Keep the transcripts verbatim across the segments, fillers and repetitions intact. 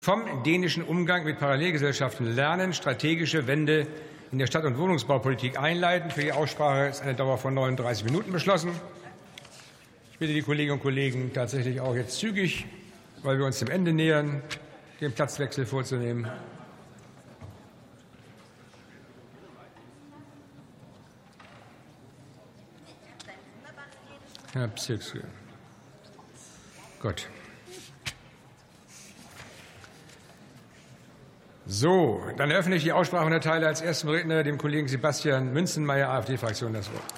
Vom dänischen Umgang mit Parallelgesellschaften lernen, strategische Wende in der Stadt- und Wohnungsbaupolitik einleiten. Für die Aussprache ist eine Dauer von neununddreißig Minuten beschlossen. Ich bitte die Kolleginnen und Kollegen tatsächlich auch jetzt zügig, weil wir uns dem Ende nähern, den Platzwechsel vorzunehmen. Herr Psirske. Gut. So, dann eröffne ich die Aussprache und erteile als ersten Redner dem Kollegen Sebastian Münzenmaier, AfD-Fraktion, das Wort.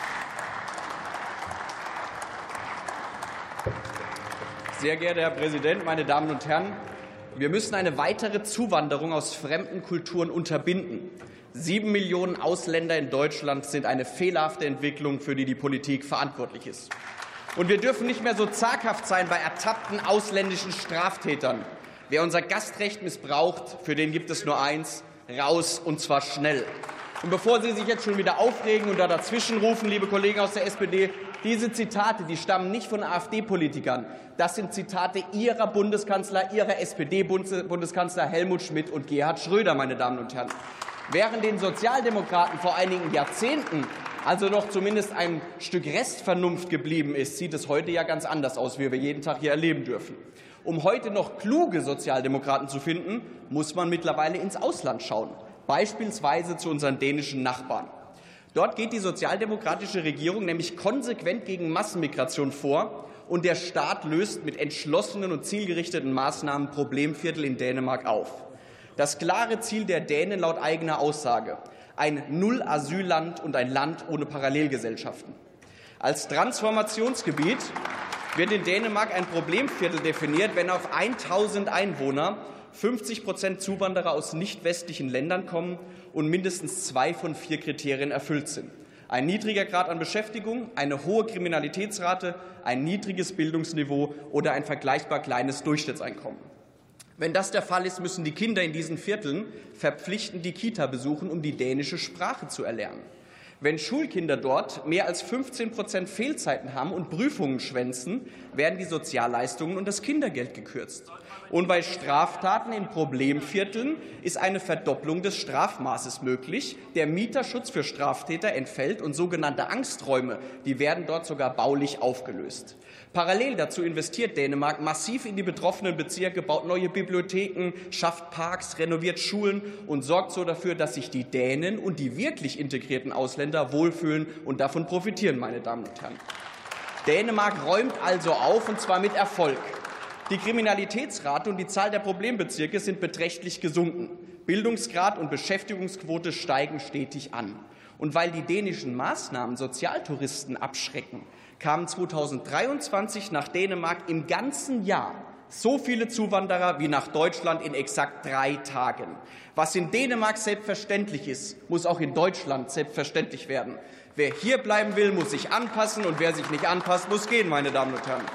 Sehr geehrter Herr Präsident, meine Damen und Herren! Wir müssen eine weitere Zuwanderung aus fremden Kulturen unterbinden. Sieben Millionen Ausländer in Deutschland sind eine fehlerhafte Entwicklung, für die die Politik verantwortlich ist. Und wir dürfen nicht mehr so zaghaft sein bei ertappten ausländischen Straftätern. Wer unser Gastrecht missbraucht, für den gibt es nur eins: raus, und zwar schnell. Und bevor Sie sich jetzt schon wieder aufregen und da dazwischen rufen, liebe Kollegen aus der S P D, diese Zitate, die stammen nicht von AfD-Politikern. Das sind Zitate Ihrer Bundeskanzler, Ihrer S P D-Bundeskanzler Helmut Schmidt und Gerhard Schröder, meine Damen und Herren. Während den Sozialdemokraten vor einigen Jahrzehnten also noch zumindest ein Stück Restvernunft geblieben ist, sieht es heute ja ganz anders aus, wie wir jeden Tag hier erleben dürfen. Um heute noch kluge Sozialdemokraten zu finden, muss man mittlerweile ins Ausland schauen, beispielsweise zu unseren dänischen Nachbarn. Dort geht die sozialdemokratische Regierung nämlich konsequent gegen Massenmigration vor, und der Staat löst mit entschlossenen und zielgerichteten Maßnahmen Problemviertel in Dänemark auf. Das klare Ziel der Dänen laut eigener Aussage: ein Null-Asylland und ein Land ohne Parallelgesellschaften. Als Transformationsgebiet wird in Dänemark ein Problemviertel definiert, wenn auf tausend Einwohner fünfzig Prozent Zuwanderer aus nicht westlichen Ländern kommen und mindestens zwei von vier Kriterien erfüllt sind: ein niedriger Grad an Beschäftigung, eine hohe Kriminalitätsrate, ein niedriges Bildungsniveau oder ein vergleichbar kleines Durchschnittseinkommen. Wenn das der Fall ist, müssen die Kinder in diesen Vierteln verpflichtend die Kita besuchen, um die dänische Sprache zu erlernen. Wenn Schulkinder dort mehr als fünfzehn Prozent Fehlzeiten haben und Prüfungen schwänzen, werden die Sozialleistungen und das Kindergeld gekürzt. Und bei Straftaten in Problemvierteln ist eine Verdopplung des Strafmaßes möglich. Der Mieterschutz für Straftäter entfällt und sogenannte Angsträume, die werden dort sogar baulich aufgelöst. Parallel dazu investiert Dänemark massiv in die betroffenen Bezirke, baut neue Bibliotheken, schafft Parks, renoviert Schulen und sorgt so dafür, dass sich die Dänen und die wirklich integrierten Ausländer wohlfühlen und davon profitieren, meine Damen und Herren. Dänemark räumt also auf, und zwar mit Erfolg. Die Kriminalitätsrate und die Zahl der Problembezirke sind beträchtlich gesunken. Bildungsgrad und Beschäftigungsquote steigen stetig an. Und weil die dänischen Maßnahmen Sozialtouristen abschrecken, kamen zweitausenddreiundzwanzig nach Dänemark im ganzen Jahr so viele Zuwanderer wie nach Deutschland in exakt drei Tagen. Was in Dänemark selbstverständlich ist, muss auch in Deutschland selbstverständlich werden. Wer hier bleiben will, muss sich anpassen, und wer sich nicht anpasst, muss gehen, meine Damen und Herren.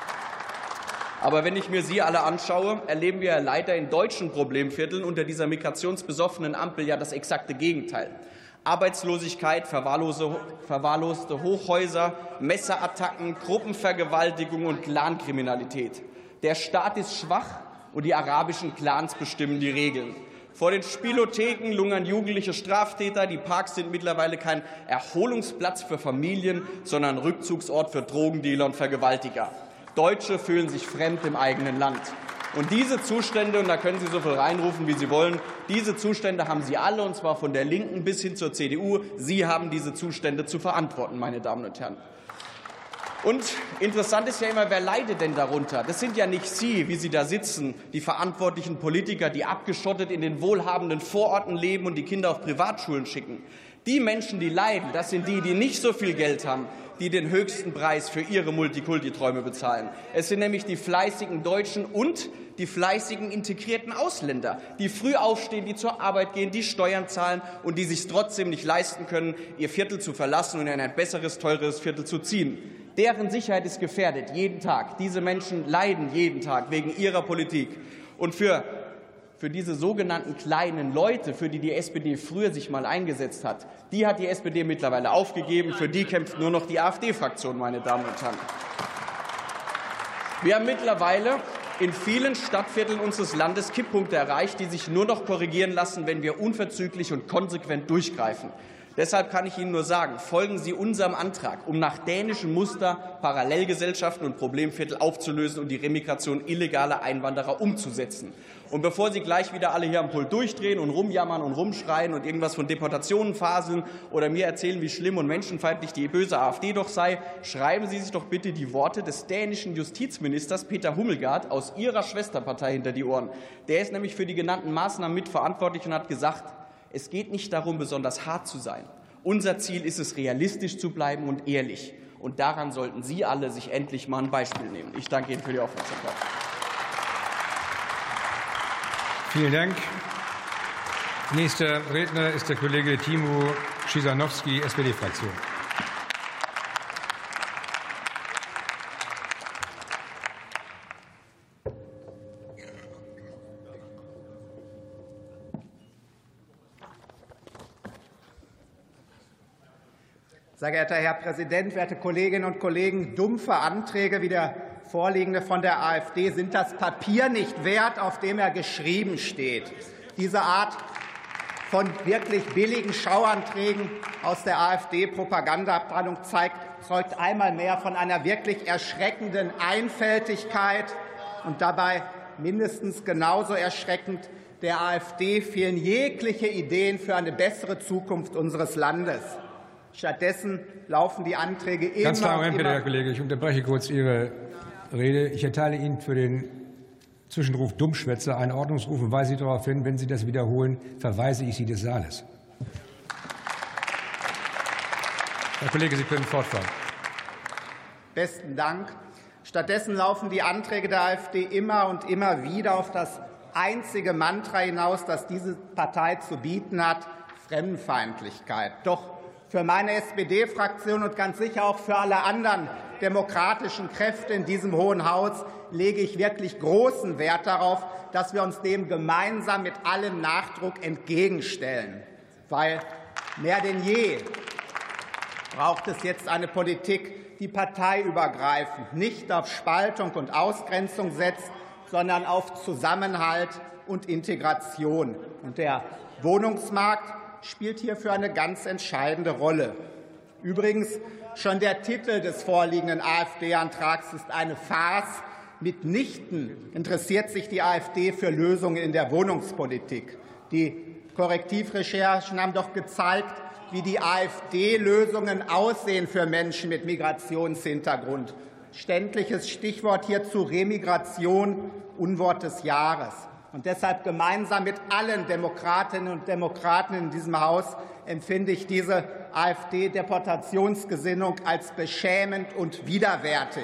Aber wenn ich mir Sie alle anschaue, erleben wir leider in deutschen Problemvierteln unter dieser migrationsbesoffenen Ampel ja das exakte Gegenteil. Arbeitslosigkeit, verwahrloste Hochhäuser, Messerattacken, Gruppenvergewaltigung und Clankriminalität. Der Staat ist schwach, und die arabischen Clans bestimmen die Regeln. Vor den Spielotheken lungern jugendliche Straftäter. Die Parks sind mittlerweile kein Erholungsplatz für Familien, sondern Rückzugsort für Drogendealer und Vergewaltiger. Deutsche fühlen sich fremd im eigenen Land. Und diese Zustände, und da können Sie so viel reinrufen, wie Sie wollen, diese Zustände haben Sie alle, und zwar von der Linken bis hin zur C D U. Sie haben diese Zustände zu verantworten, meine Damen und Herren. Und interessant ist ja immer, wer leidet denn darunter? Das sind ja nicht Sie, wie Sie da sitzen, die verantwortlichen Politiker, die abgeschottet in den wohlhabenden Vororten leben und die Kinder auf Privatschulen schicken. Die Menschen, die leiden, das sind die, die nicht so viel Geld haben, die den höchsten Preis für ihre Multikulti-Träume bezahlen. Es sind nämlich die fleißigen Deutschen und die fleißigen integrierten Ausländer, die früh aufstehen, die zur Arbeit gehen, die Steuern zahlen und die sich trotzdem nicht leisten können, ihr Viertel zu verlassen und in ein besseres, teureres Viertel zu ziehen. Deren Sicherheit ist gefährdet, jeden Tag. Diese Menschen leiden jeden Tag wegen ihrer Politik. Und für Für diese sogenannten kleinen Leute, für die die S P D früher sich mal eingesetzt hat, die hat die S P D mittlerweile aufgegeben. Für die kämpft nur noch die AfD-Fraktion, meine Damen und Herren. Wir haben mittlerweile in vielen Stadtvierteln unseres Landes Kipppunkte erreicht, die sich nur noch korrigieren lassen, wenn wir unverzüglich und konsequent durchgreifen. Deshalb kann ich Ihnen nur sagen, folgen Sie unserem Antrag, um nach dänischem Muster Parallelgesellschaften und Problemviertel aufzulösen und die Remigration illegaler Einwanderer umzusetzen. Und bevor Sie gleich wieder alle hier am Pult durchdrehen und rumjammern und rumschreien und irgendwas von Deportationen faseln oder mir erzählen, wie schlimm und menschenfeindlich die böse AfD doch sei, schreiben Sie sich doch bitte die Worte des dänischen Justizministers Peter Hummelgaard aus Ihrer Schwesterpartei hinter die Ohren. Der ist nämlich für die genannten Maßnahmen mitverantwortlich und hat gesagt, es geht nicht darum, besonders hart zu sein. Unser Ziel ist es, realistisch zu bleiben und ehrlich. Und daran sollten Sie alle sich endlich mal ein Beispiel nehmen. Ich danke Ihnen für die Aufmerksamkeit. Vielen Dank. Nächster Redner ist der Kollege Timo Schisanowski, S P D-Fraktion. Sehr geehrter Herr Präsident, werte Kolleginnen und Kollegen! Dumpfe Anträge wie der vorliegende von der AfD sind das Papier nicht wert, auf dem er geschrieben steht. Diese Art von wirklich billigen Schauanträgen aus der AfD-Propagandaabteilung zeugt einmal mehr von einer wirklich erschreckenden Einfältigkeit. Und dabei mindestens genauso erschreckend, der AfD fehlen jegliche Ideen für eine bessere Zukunft unseres Landes. Stattdessen laufen die Anträge immer Ganz klar, Moment, und bitte, immer Herr Kollege. Ich unterbreche kurz Ihre Rede. Ich erteile Ihnen für den Zwischenruf Dummschwätzer einen Ordnungsruf und weise Sie darauf hin, wenn Sie das wiederholen, verweise ich Sie des Saales. Herr Kollege, Sie können fortfahren. Besten Dank. Stattdessen laufen die Anträge der AfD immer und immer wieder auf das einzige Mantra hinaus, das diese Partei zu bieten hat, Fremdenfeindlichkeit. Doch für meine S P D-Fraktion und ganz sicher auch für alle anderen demokratischen Kräfte in diesem Hohen Haus lege ich wirklich großen Wert darauf, dass wir uns dem gemeinsam mit allem Nachdruck entgegenstellen. Weil mehr denn je braucht es jetzt eine Politik, die parteiübergreifend nicht auf Spaltung und Ausgrenzung setzt, sondern auf Zusammenhalt und Integration. Und der Wohnungsmarkt spielt hierfür eine ganz entscheidende Rolle. Übrigens, schon der Titel des vorliegenden AfD-Antrags ist eine Farce. Mitnichten interessiert sich die AfD für Lösungen in der Wohnungspolitik. Die Korrektivrecherchen haben doch gezeigt, wie die AfD-Lösungen aussehen für Menschen mit Migrationshintergrund. Ständiges Stichwort hierzu Remigration, Unwort des Jahres. Und deshalb gemeinsam mit allen Demokratinnen und Demokraten in diesem Haus empfinde ich diese AfD-Deportationsgesinnung als beschämend und widerwärtig.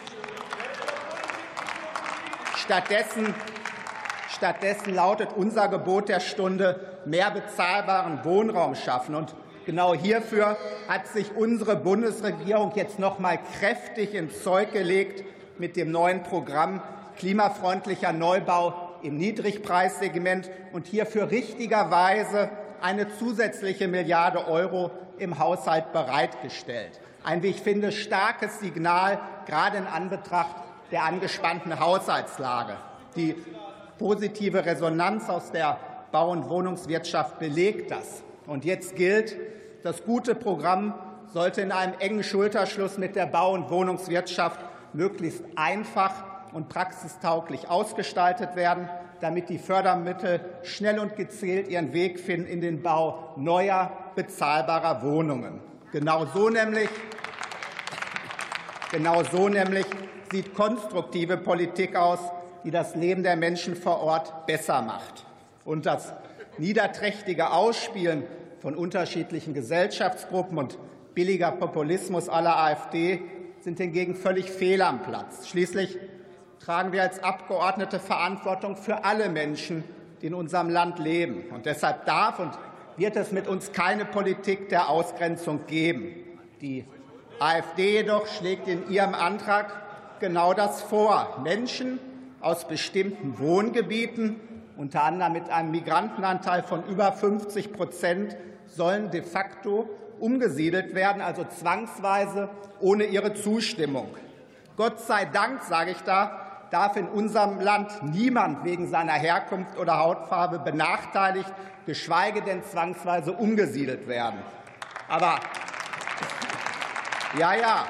Stattdessen, stattdessen lautet unser Gebot der Stunde, mehr bezahlbaren Wohnraum schaffen. Und genau hierfür hat sich unsere Bundesregierung jetzt noch mal kräftig ins Zeug gelegt mit dem neuen Programm Klimafreundlicher Neubau im Niedrigpreissegment und hierfür richtigerweise eine zusätzliche Milliarde Euro im Haushalt bereitgestellt. Ein, wie ich finde, starkes Signal, gerade in Anbetracht der angespannten Haushaltslage. Die positive Resonanz aus der Bau- und Wohnungswirtschaft belegt das. Und jetzt gilt, das gute Programm sollte in einem engen Schulterschluss mit der Bau- und Wohnungswirtschaft möglichst einfach und praxistauglich ausgestaltet werden, damit die Fördermittel schnell und gezielt ihren Weg finden in den Bau neuer, bezahlbarer Wohnungen. Genau so nämlich, genau so nämlich sieht konstruktive Politik aus, die das Leben der Menschen vor Ort besser macht. Und das niederträchtige Ausspielen von unterschiedlichen Gesellschaftsgruppen und billiger Populismus aller AfD sind hingegen völlig fehl am Platz. Schließlich tragen wir als Abgeordnete Verantwortung für alle Menschen, die in unserem Land leben. Und deshalb darf und wird es mit uns keine Politik der Ausgrenzung geben. Die AfD jedoch schlägt in ihrem Antrag genau das vor. Menschen aus bestimmten Wohngebieten, unter anderem mit einem Migrantenanteil von über fünfzig Prozent, sollen de facto umgesiedelt werden, also zwangsweise ohne ihre Zustimmung. Gott sei Dank, sage ich da, darf in unserem Land niemand wegen seiner Herkunft oder Hautfarbe benachteiligt, geschweige denn zwangsweise umgesiedelt werden. Aber ja, ja,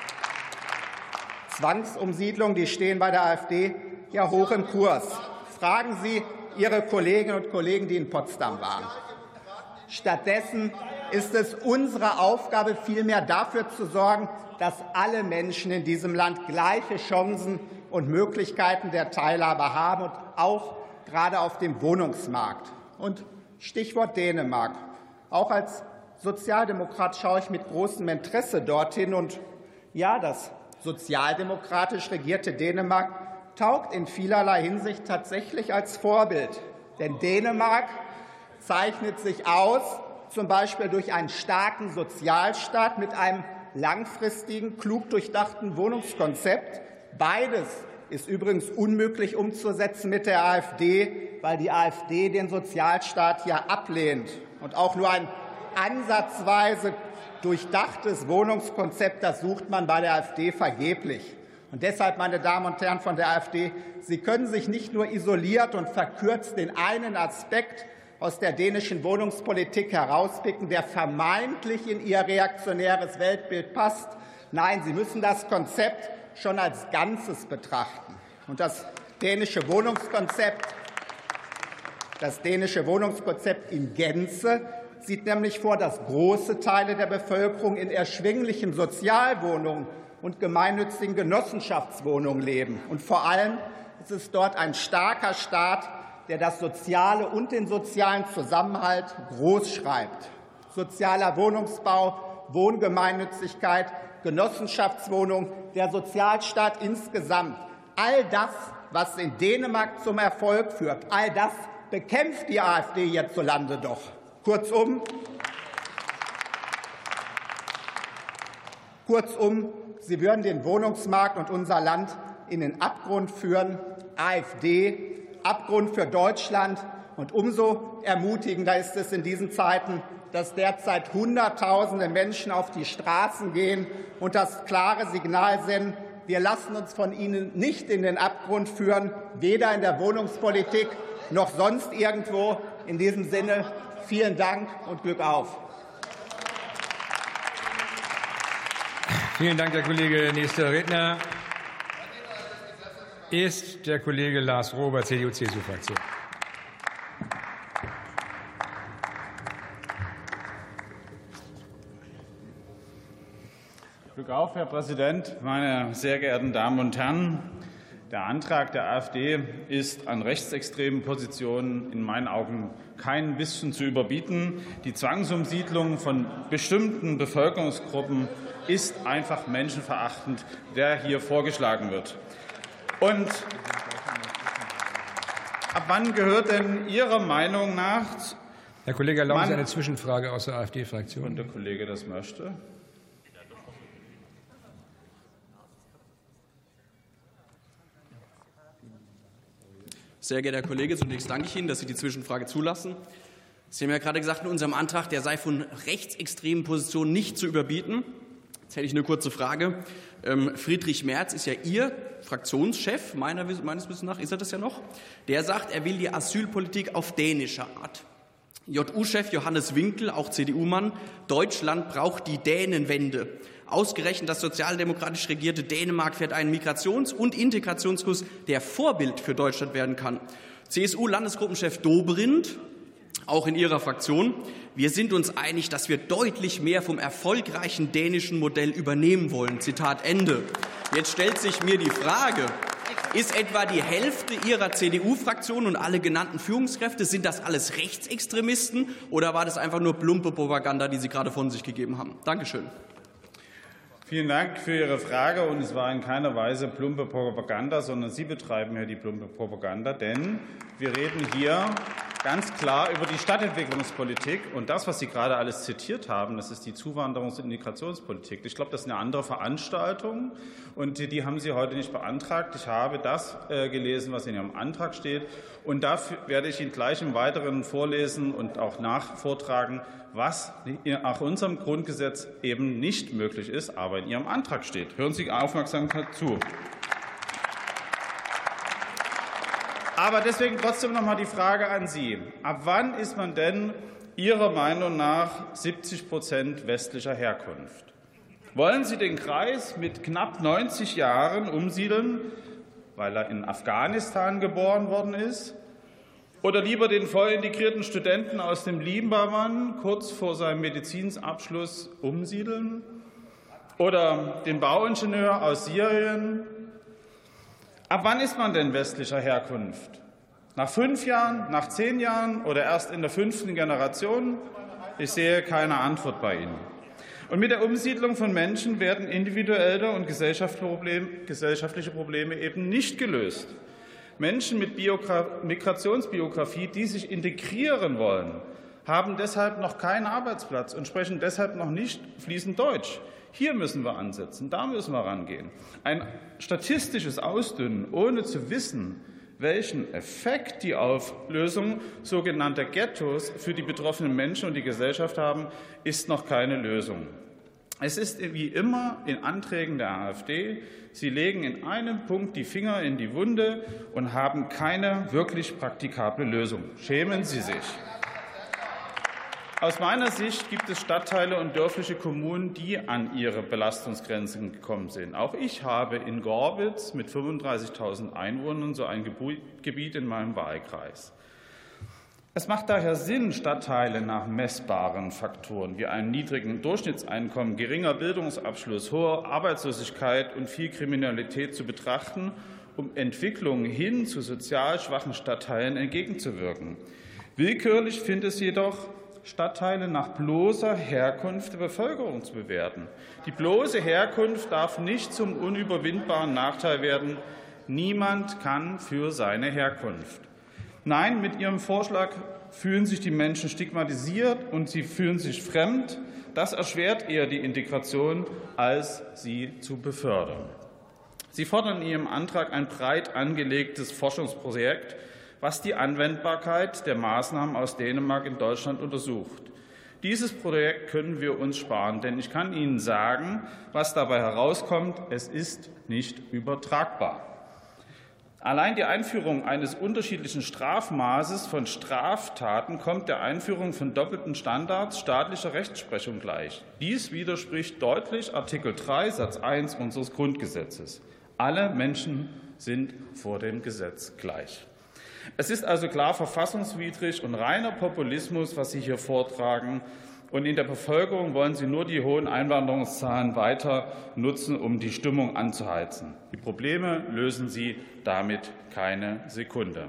Zwangsumsiedlungen, die stehen bei der AfD ja hoch im Kurs. Fragen Sie Ihre Kolleginnen und Kollegen, die in Potsdam waren. Stattdessen ist es unsere Aufgabe, vielmehr dafür zu sorgen, dass alle Menschen in diesem Land gleiche Chancen und Möglichkeiten der Teilhabe haben, und auch gerade auf dem Wohnungsmarkt. Und Stichwort Dänemark. Auch als Sozialdemokrat schaue ich mit großem Interesse dorthin. Und ja, das sozialdemokratisch regierte Dänemark taugt in vielerlei Hinsicht tatsächlich als Vorbild. Denn Dänemark zeichnet sich aus, zum Beispiel durch einen starken Sozialstaat mit einem langfristigen, klug durchdachten Wohnungskonzept. Beides ist übrigens unmöglich umzusetzen mit der AfD, weil die AfD den Sozialstaat ja ablehnt. Und auch nur ein ansatzweise durchdachtes Wohnungskonzept, das sucht man bei der AfD vergeblich. Und deshalb, meine Damen und Herren von der AfD, Sie können sich nicht nur isoliert und verkürzt den einen Aspekt aus der dänischen Wohnungspolitik herauspicken, der vermeintlich in Ihr reaktionäres Weltbild passt. Nein, Sie müssen das Konzept schon als Ganzes betrachten. Und das dänische Wohnungskonzept, das dänische Wohnungskonzept in Gänze sieht nämlich vor, dass große Teile der Bevölkerung in erschwinglichen Sozialwohnungen und gemeinnützigen Genossenschaftswohnungen leben. Und vor allem ist es dort ein starker Staat, der das Soziale und den sozialen Zusammenhalt großschreibt. Sozialer Wohnungsbau, Wohngemeinnützigkeit, Genossenschaftswohnungen, der Sozialstaat insgesamt. All das, was in Dänemark zum Erfolg führt, all das bekämpft die AfD hierzulande doch. Kurzum, kurzum, sie würden den Wohnungsmarkt und unser Land in den Abgrund führen. AfD, Abgrund für Deutschland. Und umso ermutigender ist es in diesen Zeiten, dass derzeit Hunderttausende Menschen auf die Straßen gehen und das klare Signal senden: Wir lassen uns von Ihnen nicht in den Abgrund führen, weder in der Wohnungspolitik noch sonst irgendwo. In diesem Sinne vielen Dank und Glück auf. Vielen Dank, Herr Kollege. Nächster Redner ist der Kollege Lars Rohber, C D U-C S U-Fraktion. Glück auf, Herr Präsident, meine sehr geehrten Damen und Herren! Der Antrag der AfD ist an rechtsextremen Positionen in meinen Augen kein bisschen zu überbieten. Die Zwangsumsiedlung von bestimmten Bevölkerungsgruppen ist einfach menschenverachtend, der hier vorgeschlagen wird. Und ab wann gehört denn Ihrer Meinung nach? Herr Kollege, erlauben Sie eine Zwischenfrage aus der AfD-Fraktion? Wenn der Kollege das möchte. Sehr geehrter Herr Kollege, zunächst danke ich Ihnen, dass Sie die Zwischenfrage zulassen. Sie haben ja gerade gesagt, in unserem Antrag, der sei von rechtsextremen Positionen nicht zu überbieten. Jetzt hätte ich eine kurze Frage. Friedrich Merz ist ja Ihr Fraktionschef, meiner, meines Wissens nach ist er das ja noch. Der sagt, er will die Asylpolitik auf dänische Art. J U-Chef Johannes Winkel, auch C D U-Mann, Deutschland braucht die Dänenwende. Ausgerechnet das sozialdemokratisch regierte Dänemark fährt einen Migrations- und Integrationskurs, der Vorbild für Deutschland werden kann. C S U-Landesgruppenchef Dobrindt, auch in Ihrer Fraktion: Wir sind uns einig, dass wir deutlich mehr vom erfolgreichen dänischen Modell übernehmen wollen. Zitat Ende. Jetzt stellt sich mir die Frage, ist etwa die Hälfte Ihrer C D U-Fraktion und alle genannten Führungskräfte, sind das alles Rechtsextremisten, oder war das einfach nur plumpe Propaganda, die Sie gerade von sich gegeben haben? Dankeschön. Vielen Dank für Ihre Frage. Und es war in keiner Weise plumpe Propaganda, sondern Sie betreiben hier die plumpe Propaganda. Denn wir reden hier ganz klar über die Stadtentwicklungspolitik. Und das, was Sie gerade alles zitiert haben, das ist die Zuwanderungs- und Integrationspolitik. Ich glaube, das ist eine andere Veranstaltung. Und die haben Sie heute nicht beantragt. Ich habe das gelesen, was in Ihrem Antrag steht. Und dafür werde ich Ihnen gleich im Weiteren vorlesen und auch nachvortragen, was nach unserem Grundgesetz eben nicht möglich ist, aber in Ihrem Antrag steht. Hören Sie aufmerksam zu. Aber deswegen trotzdem noch mal die Frage an Sie. Ab wann ist man denn Ihrer Meinung nach siebzig Prozent westlicher Herkunft? Wollen Sie den Kreis mit knapp neunzig Jahren umsiedeln, weil er in Afghanistan geboren worden ist? Oder lieber den voll integrierten Studenten aus dem Libanon kurz vor seinem Medizinabschluss umsiedeln? Oder den Bauingenieur aus Syrien? Ab wann ist man denn westlicher Herkunft? Nach fünf Jahren, nach zehn Jahren oder erst in der fünften Generation? Ich sehe keine Antwort bei Ihnen. Und mit der Umsiedlung von Menschen werden individuelle und gesellschaftliche Probleme eben nicht gelöst. Menschen mit Migrationsbiografie, die sich integrieren wollen, haben deshalb noch keinen Arbeitsplatz und sprechen deshalb noch nicht fließend Deutsch. Hier müssen wir ansetzen, da müssen wir rangehen. Ein statistisches Ausdünnen, ohne zu wissen, welchen Effekt die Auflösung sogenannter Ghettos für die betroffenen Menschen und die Gesellschaft haben, ist noch keine Lösung. Es ist wie immer in Anträgen der AfD, sie legen in einem Punkt die Finger in die Wunde und haben keine wirklich praktikable Lösung. Schämen Sie sich. Aus meiner Sicht gibt es Stadtteile und dörfliche Kommunen, die an ihre Belastungsgrenzen gekommen sind. Auch ich habe in Gorbitz mit fünfunddreißigtausend Einwohnern so ein Gebiet in meinem Wahlkreis. Es macht daher Sinn, Stadtteile nach messbaren Faktoren wie einem niedrigen Durchschnittseinkommen, geringer Bildungsabschluss, hoher Arbeitslosigkeit und viel Kriminalität zu betrachten, um Entwicklungen hin zu sozial schwachen Stadtteilen entgegenzuwirken. Willkürlich findet es jedoch, Stadtteile nach bloßer Herkunft der Bevölkerung zu bewerten. Die bloße Herkunft darf nicht zum unüberwindbaren Nachteil werden. Niemand kann für seine Herkunft. Nein, mit Ihrem Vorschlag fühlen sich die Menschen stigmatisiert und sie fühlen sich fremd. Das erschwert eher die Integration, als sie zu befördern. Sie fordern in Ihrem Antrag ein breit angelegtes Forschungsprojekt, was die Anwendbarkeit der Maßnahmen aus Dänemark in Deutschland untersucht. Dieses Projekt können wir uns sparen, denn ich kann Ihnen sagen, was dabei herauskommt, es ist nicht übertragbar. Allein die Einführung eines unterschiedlichen Strafmaßes von Straftaten kommt der Einführung von doppelten Standards staatlicher Rechtsprechung gleich. Dies widerspricht deutlich Artikel drei Satz eins unseres Grundgesetzes. Alle Menschen sind vor dem Gesetz gleich. Es ist also klar verfassungswidrig und reiner Populismus, was Sie hier vortragen. Und in der Bevölkerung wollen Sie nur die hohen Einwanderungszahlen weiter nutzen, um die Stimmung anzuheizen. Die Probleme lösen Sie damit keine Sekunde.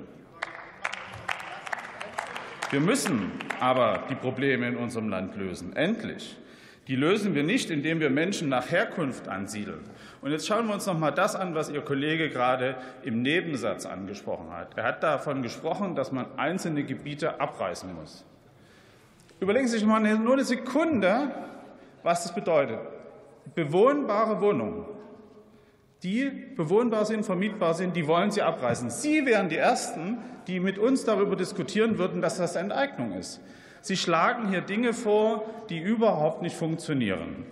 Wir müssen aber die Probleme in unserem Land lösen. Endlich. Die lösen wir nicht, indem wir Menschen nach Herkunft ansiedeln. Und jetzt schauen wir uns noch mal das an, was Ihr Kollege gerade im Nebensatz angesprochen hat. Er hat davon gesprochen, dass man einzelne Gebiete abreißen muss. Überlegen Sie sich mal nur eine Sekunde, was das bedeutet. Bewohnbare Wohnungen, die bewohnbar sind, vermietbar sind, die wollen Sie abreißen. Sie wären die Ersten, die mit uns darüber diskutieren würden, dass das Enteignung ist. Sie schlagen hier Dinge vor, die überhaupt nicht funktionieren.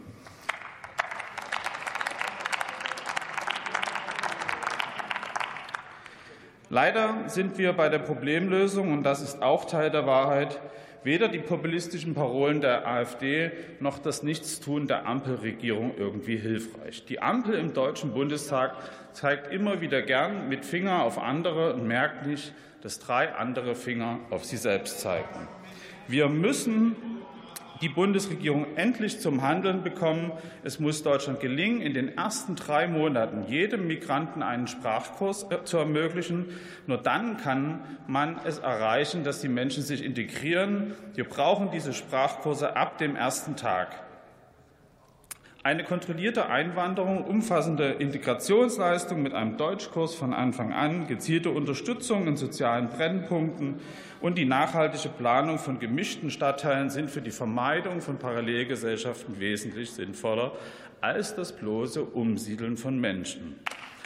Leider sind wir bei der Problemlösung, und das ist auch Teil der Wahrheit, weder die populistischen Parolen der AfD noch das Nichtstun der Ampelregierung irgendwie hilfreich. Die Ampel im Deutschen Bundestag zeigt immer wieder gern mit Finger auf andere und merkt nicht, dass drei andere Finger auf sie selbst zeigen. Wir müssen die Bundesregierung endlich zum Handeln bekommen. Es muss Deutschland gelingen, in den ersten drei Monaten jedem Migranten einen Sprachkurs zu ermöglichen. Nur dann kann man es erreichen, dass die Menschen sich integrieren. Wir brauchen diese Sprachkurse ab dem ersten Tag. Eine kontrollierte Einwanderung, umfassende Integrationsleistung mit einem Deutschkurs von Anfang an, gezielte Unterstützung in sozialen Brennpunkten und die nachhaltige Planung von gemischten Stadtteilen sind für die Vermeidung von Parallelgesellschaften wesentlich sinnvoller als das bloße Umsiedeln von Menschen.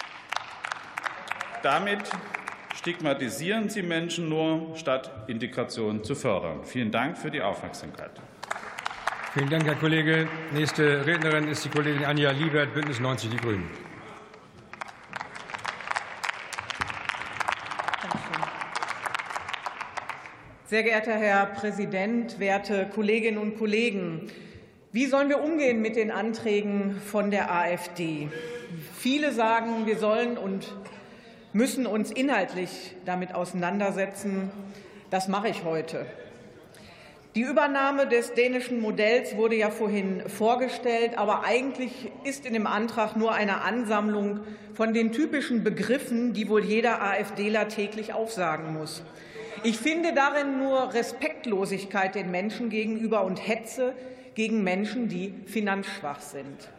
Damit stigmatisieren Sie Menschen nur, statt Integration zu fördern. Vielen Dank für die Aufmerksamkeit. Vielen Dank, Herr Kollege. Nächste Rednerin ist die Kollegin Anja Liebert, Bündnis neunzig Die Grünen. Dankeschön. Sehr geehrter Herr Präsident, werte Kolleginnen und Kollegen! Wie sollen wir umgehen mit den Anträgen von der AfD? Viele sagen, wir sollen und müssen uns inhaltlich damit auseinandersetzen. Das mache ich heute. Die Übernahme des dänischen Modells wurde ja vorhin vorgestellt, aber eigentlich ist in dem Antrag nur eine Ansammlung von den typischen Begriffen, die wohl jeder AfDler täglich aufsagen muss. Ich finde darin nur Respektlosigkeit den Menschen gegenüber und Hetze gegen Menschen, die finanzschwach sind.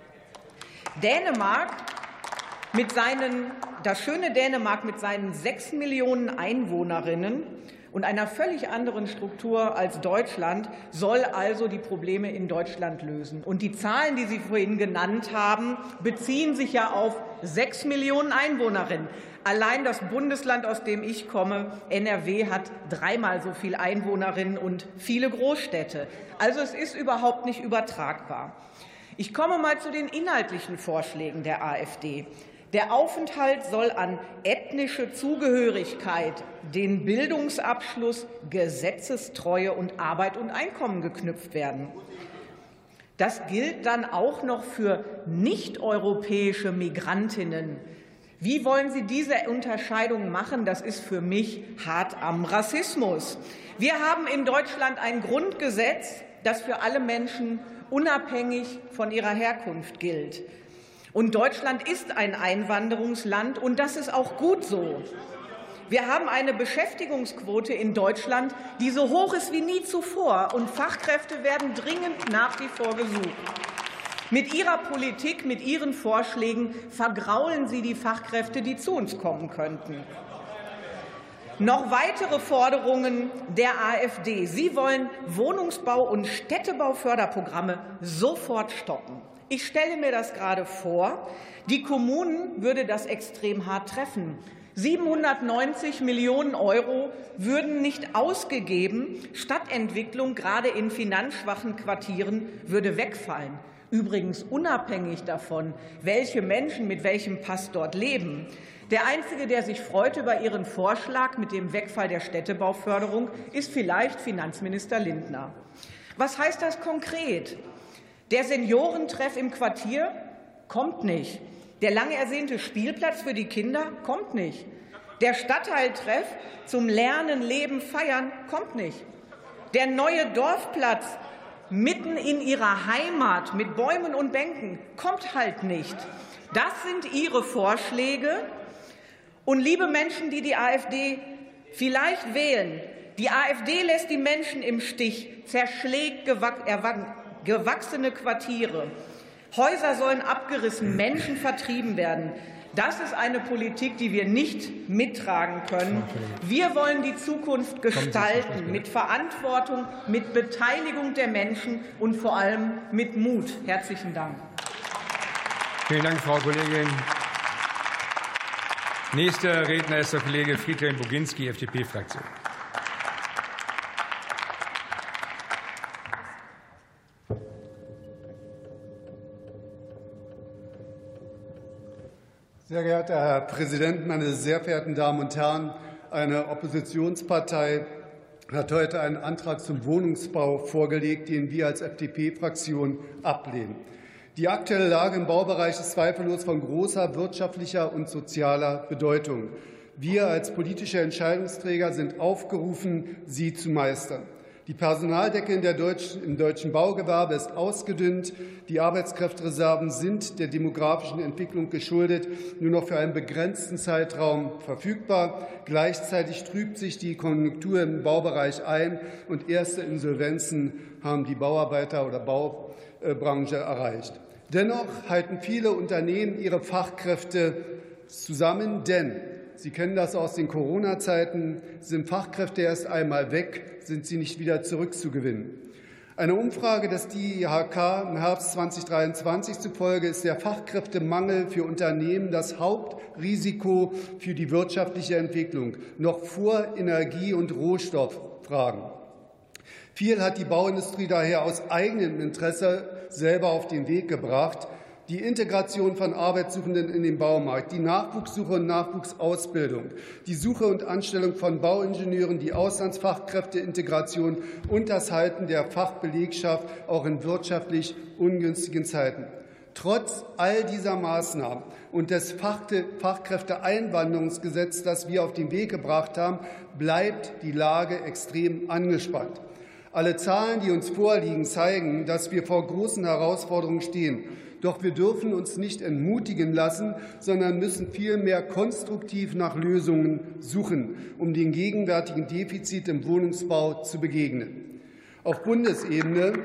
Dänemark mit seinen, das schöne Dänemark mit seinen sechs Millionen Einwohnerinnen und einer völlig anderen Struktur als Deutschland soll also die Probleme in Deutschland lösen. Und die Zahlen, die Sie vorhin genannt haben, beziehen sich ja auf sechs Millionen Einwohnerinnen. Allein das Bundesland, aus dem ich komme, N R W, hat dreimal so viele Einwohnerinnen und viele Großstädte. Also es ist überhaupt nicht übertragbar. Ich komme mal zu den inhaltlichen Vorschlägen der AfD. Der Aufenthalt soll an ethnische Zugehörigkeit, den Bildungsabschluss, Gesetzestreue und Arbeit und Einkommen geknüpft werden. Das gilt dann auch noch für nicht-europäische Migrantinnen. Wie wollen Sie diese Unterscheidung machen? Das ist für mich hart am Rassismus. Wir haben in Deutschland ein Grundgesetz, das für alle Menschen unabhängig von ihrer Herkunft gilt. Und Deutschland ist ein Einwanderungsland, und das ist auch gut so. Wir haben eine Beschäftigungsquote in Deutschland, die so hoch ist wie nie zuvor, und Fachkräfte werden dringend nach wie vor gesucht. Mit Ihrer Politik, mit Ihren Vorschlägen vergraulen Sie die Fachkräfte, die zu uns kommen könnten. Noch weitere Forderungen der AfD. Sie wollen Wohnungsbau- und Städtebauförderprogramme sofort stoppen. Ich stelle mir das gerade vor. Die Kommunen würde das extrem hart treffen. siebenhundertneunzig Millionen Euro würden nicht ausgegeben. Stadtentwicklung, gerade in finanzschwachen Quartieren, würde wegfallen. Übrigens unabhängig davon, welche Menschen mit welchem Pass dort leben. Der Einzige, der sich freut über Ihren Vorschlag mit dem Wegfall der Städtebauförderung, ist vielleicht Finanzminister Lindner. Was heißt das konkret? Der Seniorentreff im Quartier kommt nicht. Der lange ersehnte Spielplatz für die Kinder kommt nicht. Der Stadtteiltreff zum Lernen, Leben, Feiern kommt nicht. Der neue Dorfplatz mitten in ihrer Heimat mit Bäumen und Bänken kommt halt nicht. Das sind Ihre Vorschläge. Und liebe Menschen, die die AfD vielleicht wählen, die AfD lässt die Menschen im Stich, zerschlägt gewachsene Quartiere. Häuser sollen abgerissen, Menschen vertrieben werden. Das ist eine Politik, die wir nicht mittragen können. Wir wollen die Zukunft gestalten mit Verantwortung, mit Beteiligung der Menschen und vor allem mit Mut. Herzlichen Dank. Vielen Dank, Frau Kollegin. Nächster Redner ist der Kollege Friedhelm Boginski, F D P-Fraktion. Sehr geehrter Herr Präsident, meine sehr verehrten Damen und Herren! Eine Oppositionspartei hat heute einen Antrag zum Wohnungsbau vorgelegt, den wir als F D P-Fraktion ablehnen. Die aktuelle Lage im Baubereich ist zweifellos von großer wirtschaftlicher und sozialer Bedeutung. Wir als politische Entscheidungsträger sind aufgerufen, sie zu meistern. Die Personaldecke in der deutschen, im deutschen Baugewerbe ist ausgedünnt. Die Arbeitskräftereserven sind der demografischen Entwicklung geschuldet nur noch für einen begrenzten Zeitraum verfügbar. Gleichzeitig trübt sich die Konjunktur im Baubereich ein, und erste Insolvenzen haben die Bauarbeiter- oder Baubranche erreicht. Dennoch halten viele Unternehmen ihre Fachkräfte zusammen, denn Sie kennen das aus den Corona-Zeiten, sind Fachkräfte erst einmal weg, sind sie nicht wieder zurückzugewinnen. Eine Umfrage des D I H K im Herbst zweitausenddreiundzwanzig zufolge ist der Fachkräftemangel für Unternehmen das Hauptrisiko für die wirtschaftliche Entwicklung, noch vor Energie- und Rohstofffragen. Viel hat die Bauindustrie daher aus eigenem Interesse selber auf den Weg gebracht. die Integration von Arbeitssuchenden in den Baumarkt, die Nachwuchssuche und Nachwuchsausbildung, die Suche und Anstellung von Bauingenieuren, die Auslandsfachkräfteintegration und das Halten der Fachbelegschaft auch in wirtschaftlich ungünstigen Zeiten. Trotz all dieser Maßnahmen und des Fachkräfteeinwanderungsgesetzes, das wir auf den Weg gebracht haben, bleibt die Lage extrem angespannt. Alle Zahlen, die uns vorliegen, zeigen, dass wir vor großen Herausforderungen stehen. Doch wir dürfen uns nicht entmutigen lassen, sondern müssen vielmehr konstruktiv nach Lösungen suchen, um dem gegenwärtigen Defizit im Wohnungsbau zu begegnen. Auf Bundesebene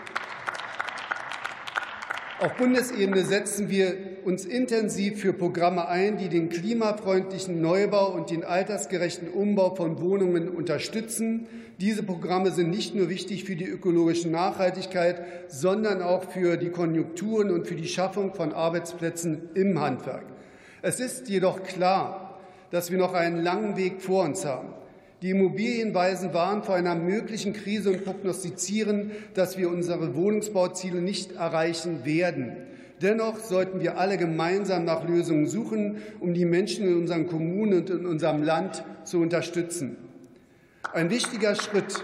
Auf Bundesebene setzen wir uns intensiv für Programme ein, die den klimafreundlichen Neubau und den altersgerechten Umbau von Wohnungen unterstützen. Diese Programme sind nicht nur wichtig für die ökologische Nachhaltigkeit, sondern auch für die Konjunkturen und für die Schaffung von Arbeitsplätzen im Handwerk. Es ist jedoch klar, dass wir noch einen langen Weg vor uns haben. Die Immobilienweisen warnen vor einer möglichen Krise und prognostizieren, dass wir unsere Wohnungsbauziele nicht erreichen werden. Dennoch sollten wir alle gemeinsam nach Lösungen suchen, um die Menschen in unseren Kommunen und in unserem Land zu unterstützen. Ein wichtiger Schritt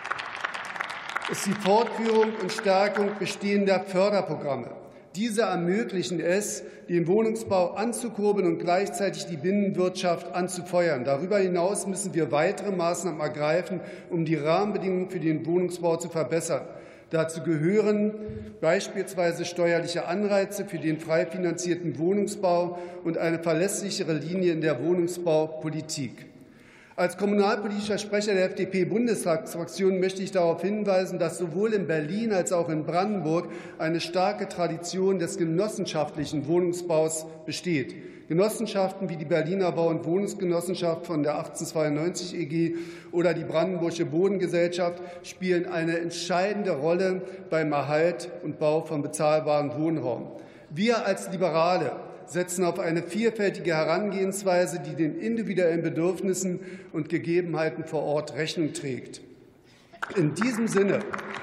ist die Fortführung und Stärkung bestehender Förderprogramme. Diese ermöglichen es, den Wohnungsbau anzukurbeln und gleichzeitig die Binnenwirtschaft anzufeuern. Darüber hinaus müssen wir weitere Maßnahmen ergreifen, um die Rahmenbedingungen für den Wohnungsbau zu verbessern. Dazu gehören beispielsweise steuerliche Anreize für den frei finanzierten Wohnungsbau und eine verlässlichere Linie in der Wohnungsbaupolitik. Als kommunalpolitischer Sprecher der F D P-Bundestagsfraktion möchte ich darauf hinweisen, dass sowohl in Berlin als auch in Brandenburg eine starke Tradition des genossenschaftlichen Wohnungsbaus besteht. Genossenschaften wie die Berliner Bau- und Wohnungsgenossenschaft von der achtzehnhundertzweiundneunzig E G oder die Brandenburgische Bodengesellschaft spielen eine entscheidende Rolle beim Erhalt und Bau von bezahlbarem Wohnraum. Wir als Liberale setzen auf eine vielfältige Herangehensweise, die den individuellen Bedürfnissen und Gegebenheiten vor Ort Rechnung trägt. In diesem Sinne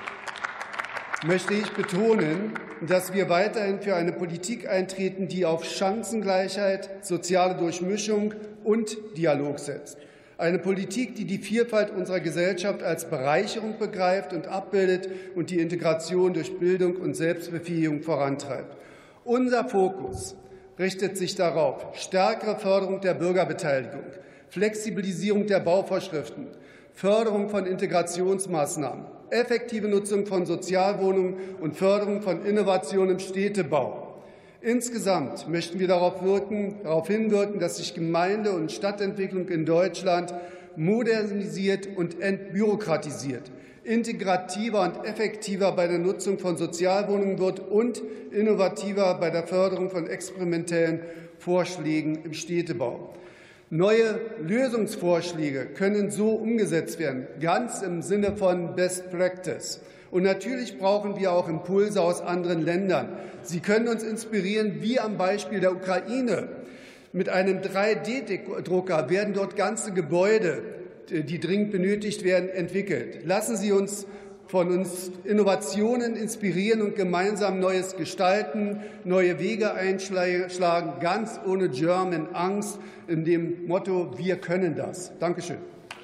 möchte ich betonen, dass wir weiterhin für eine Politik eintreten, die auf Chancengleichheit, soziale Durchmischung und Dialog setzt. Eine Politik, die die Vielfalt unserer Gesellschaft als Bereicherung begreift und abbildet und die Integration durch Bildung und Selbstbefähigung vorantreibt. Unser Fokus richtet sich darauf, stärkere Förderung der Bürgerbeteiligung, Flexibilisierung der Bauvorschriften, Förderung von Integrationsmaßnahmen, effektive Nutzung von Sozialwohnungen und Förderung von Innovation im Städtebau. Insgesamt möchten wir darauf, wirken, darauf hinwirken, dass sich Gemeinde- und Stadtentwicklung in Deutschland modernisiert und entbürokratisiert, integrativer und effektiver bei der Nutzung von Sozialwohnungen wird und innovativer bei der Förderung von experimentellen Vorschlägen im Städtebau. Neue Lösungsvorschläge können so umgesetzt werden, ganz im Sinne von Best Practice. Und natürlich brauchen wir auch Impulse aus anderen Ländern. Sie können uns inspirieren, wie am Beispiel der Ukraine. Mit einem drei D Drucker werden dort ganze Gebäude, die dringend benötigt werden, entwickelt. Lassen Sie uns von uns Innovationen inspirieren und gemeinsam Neues gestalten, neue Wege einschlagen, ganz ohne German Angst, in dem Motto, wir können das. Dankeschön.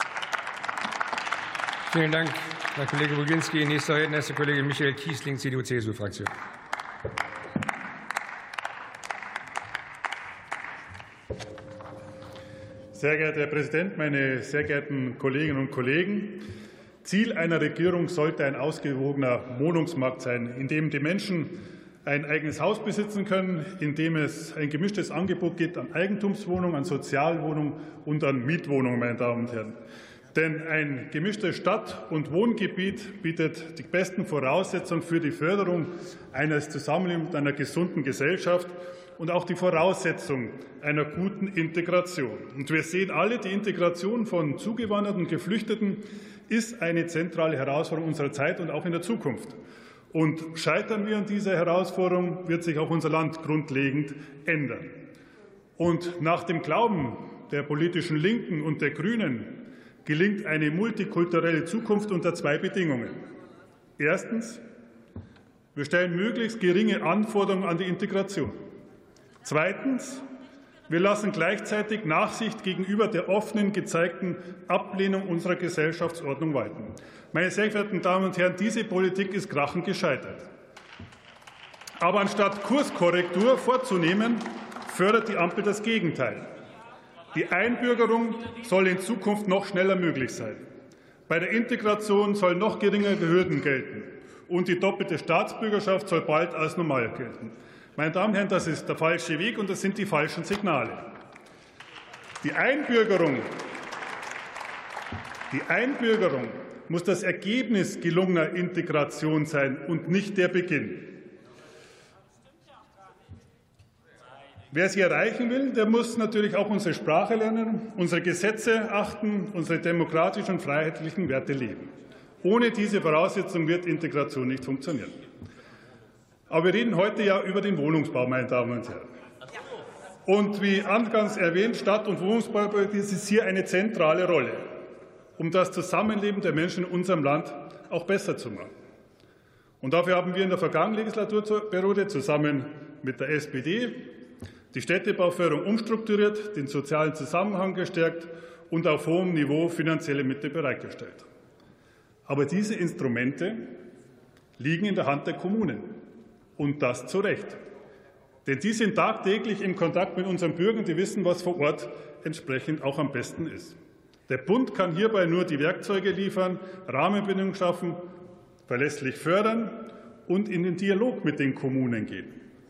Vielen Dank, Herr Kollege Bulginski. Nächster Redner ist der Kollege Michael Kiesling, C D U C S U-Fraktion. Sehr geehrter Herr Präsident, meine sehr geehrten Kolleginnen und Kollegen! Ziel einer Regierung sollte ein ausgewogener Wohnungsmarkt sein, in dem die Menschen ein eigenes Haus besitzen können, in dem es ein gemischtes Angebot gibt an Eigentumswohnungen, an Sozialwohnungen und an Mietwohnungen, meine Damen und Herren. Denn ein gemischtes Stadt- und Wohngebiet bietet die besten Voraussetzungen für die Förderung eines Zusammenlebens, einer gesunden Gesellschaft und auch die Voraussetzung einer guten Integration. Und wir sehen alle, die Integration von Zugewanderten und Geflüchteten ist eine zentrale Herausforderung unserer Zeit und auch in der Zukunft. Und scheitern wir an dieser Herausforderung, wird sich auch unser Land grundlegend ändern. Und nach dem Glauben der politischen Linken und der Grünen gelingt eine multikulturelle Zukunft unter zwei Bedingungen. Erstens Wir stellen möglichst geringe Anforderungen an die Integration. Zweitens. Wir lassen gleichzeitig Nachsicht gegenüber der offenen gezeigten Ablehnung unserer Gesellschaftsordnung walten. Meine sehr verehrten Damen und Herren, diese Politik ist krachend gescheitert. Aber anstatt Kurskorrektur vorzunehmen, fördert die Ampel das Gegenteil. Die Einbürgerung soll in Zukunft noch schneller möglich sein. Bei der Integration sollen noch geringere Hürden gelten. Und die doppelte Staatsbürgerschaft soll bald als normal gelten. Meine Damen und Herren, das ist der falsche Weg, und das sind die falschen Signale. Die Einbürgerung, die Einbürgerung muss das Ergebnis gelungener Integration sein und nicht der Beginn. Wer sie erreichen will, der muss natürlich auch unsere Sprache lernen, unsere Gesetze achten, unsere demokratischen und freiheitlichen Werte leben. Ohne diese Voraussetzung wird Integration nicht funktionieren. Aber wir reden heute ja über den Wohnungsbau, meine Damen und Herren. Und wie anfangs erwähnt, Stadt- und Wohnungsbaupolitik ist hier eine zentrale Rolle, um das Zusammenleben der Menschen in unserem Land auch besser zu machen. Und dafür haben wir in der vergangenen Legislaturperiode zusammen mit der S P D die Städtebauförderung umstrukturiert, den sozialen Zusammenhang gestärkt und auf hohem Niveau finanzielle Mittel bereitgestellt. Aber diese Instrumente liegen in der Hand der Kommunen. Und das zu Recht. Denn die sind tagtäglich im Kontakt mit unseren Bürgern, die wissen, was vor Ort entsprechend auch am besten ist. Der Bund kann hierbei nur die Werkzeuge liefern, Rahmenbedingungen schaffen, verlässlich fördern und in den Dialog mit den Kommunen gehen.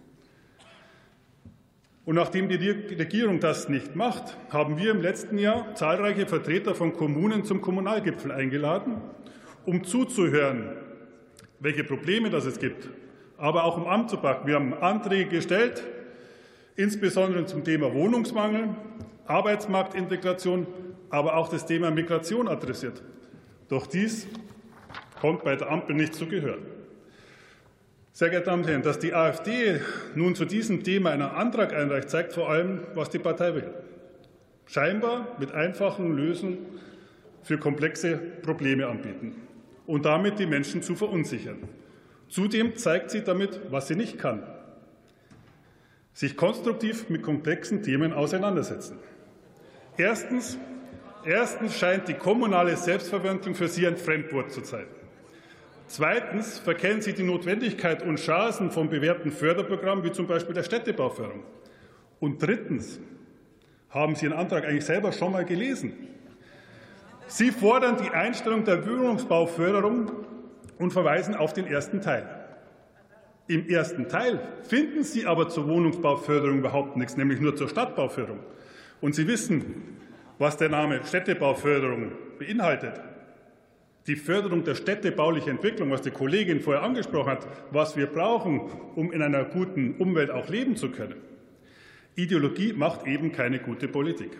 Und nachdem die Regierung das nicht macht, haben wir im letzten Jahr zahlreiche Vertreter von Kommunen zum Kommunalgipfel eingeladen, um zuzuhören, welche Probleme das es gibt, aber auch um anzupacken. Wir haben Anträge gestellt, insbesondere zum Thema Wohnungsmangel, Arbeitsmarktintegration, aber auch das Thema Migration adressiert. Doch dies kommt bei der Ampel nicht zu Gehör. Sehr geehrte Damen und Herren, dass die AfD nun zu diesem Thema einen Antrag einreicht, zeigt vor allem, was die Partei will. Scheinbar mit einfachen Lösungen für komplexe Probleme anbieten und damit die Menschen zu verunsichern. Zudem zeigt sie damit, was sie nicht kann: sich konstruktiv mit komplexen Themen auseinandersetzen. Erstens, erstens scheint die kommunale Selbstverwaltung für sie ein Fremdwort zu sein. Zweitens verkennen sie die Notwendigkeit und Chancen von bewährten Förderprogrammen, wie zum Beispiel der Städtebauförderung. Und drittens haben Sie Ihren Antrag eigentlich selber schon mal gelesen. Sie fordern die Einstellung der Wohnungsbauförderung und verweisen auf den ersten Teil. Im ersten Teil finden Sie aber zur Wohnungsbauförderung überhaupt nichts, nämlich nur zur Stadtbauförderung. Und Sie wissen, was der Name Städtebauförderung beinhaltet. Die Förderung der städtebaulichen Entwicklung, was die Kollegin vorher angesprochen hat, was wir brauchen, um in einer guten Umwelt auch leben zu können. Ideologie macht eben keine gute Politik.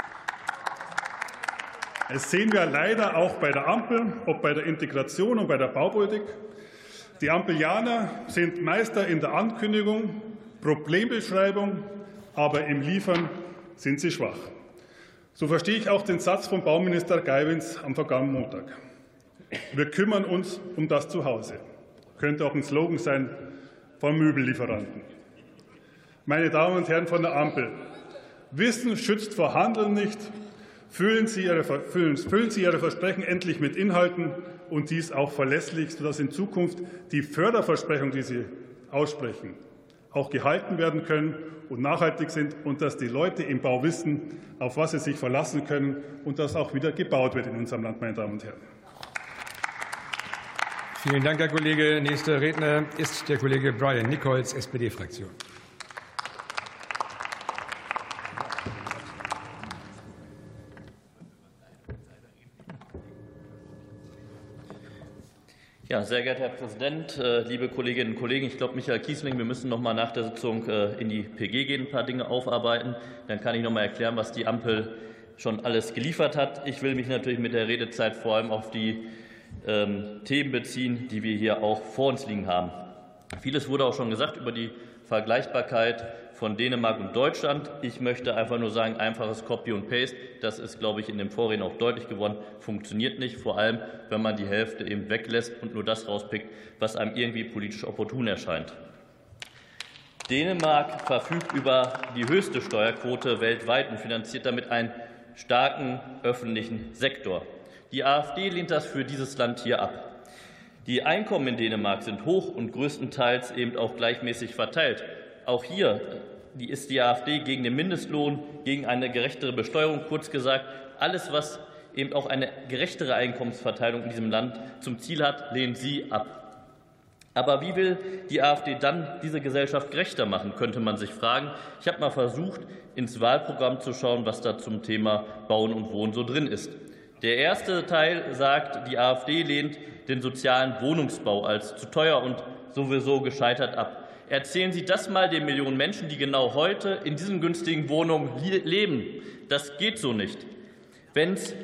Das sehen wir leider auch bei der Ampel, ob bei der Integration und bei der Baupolitik. Die Ampellianer sind Meister in der Ankündigung, Problembeschreibung, aber im Liefern sind sie schwach. So verstehe ich auch den Satz von Bauminister Geiwitz am vergangenen Montag. Wir kümmern uns um das Zuhause. Könnte auch ein Slogan sein von Möbellieferanten. Meine Damen und Herren von der Ampel, Wissen schützt vor Handeln nicht. Füllen Sie, Ihre, füllen, füllen Sie Ihre Versprechen endlich mit Inhalten und dies auch verlässlich, sodass in Zukunft die Förderversprechungen, die Sie aussprechen, auch gehalten werden können und nachhaltig sind und dass die Leute im Bau wissen, auf was sie sich verlassen können und dass auch wieder gebaut wird in unserem Land, meine Damen und Herren. Vielen Dank, Herr Kollege. Nächster Redner ist der Kollege Brian Nichols, S P D-Fraktion. Ja, sehr geehrter Herr Präsident, liebe Kolleginnen und Kollegen! Ich glaube, Michael Kiesling, wir müssen noch mal nach der Sitzung in die P G gehen, ein paar Dinge aufarbeiten. Dann kann ich noch mal erklären, was die Ampel schon alles geliefert hat. Ich will mich natürlich mit der Redezeit vor allem auf die ähm, Themen beziehen, die wir hier auch vor uns liegen haben. Vieles wurde auch schon gesagt über die Vergleichbarkeit von Dänemark und Deutschland. Ich möchte einfach nur sagen, einfaches Copy und Paste, das ist, glaube ich, in dem Vorreden auch deutlich geworden, funktioniert nicht, vor allem, wenn man die Hälfte eben weglässt und nur das rauspickt, was einem irgendwie politisch opportun erscheint. Dänemark verfügt über die höchste Steuerquote weltweit und finanziert damit einen starken öffentlichen Sektor. Die AfD lehnt das für dieses Land hier ab. Die Einkommen in Dänemark sind hoch und größtenteils eben auch gleichmäßig verteilt. Auch hier die ist die AfD gegen den Mindestlohn, gegen eine gerechtere Besteuerung, kurz gesagt, alles, was eben auch eine gerechtere Einkommensverteilung in diesem Land zum Ziel hat, lehnen sie ab. Aber wie will die AfD dann diese Gesellschaft gerechter machen, könnte man sich fragen. Ich habe mal versucht, ins Wahlprogramm zu schauen, was da zum Thema Bauen und Wohnen so drin ist. Der erste Teil sagt, die AfD lehnt den sozialen Wohnungsbau als zu teuer und sowieso gescheitert ab. Erzählen Sie das mal den Millionen Menschen, die genau heute in diesen günstigen Wohnungen leben. Das geht so nicht. Wenn es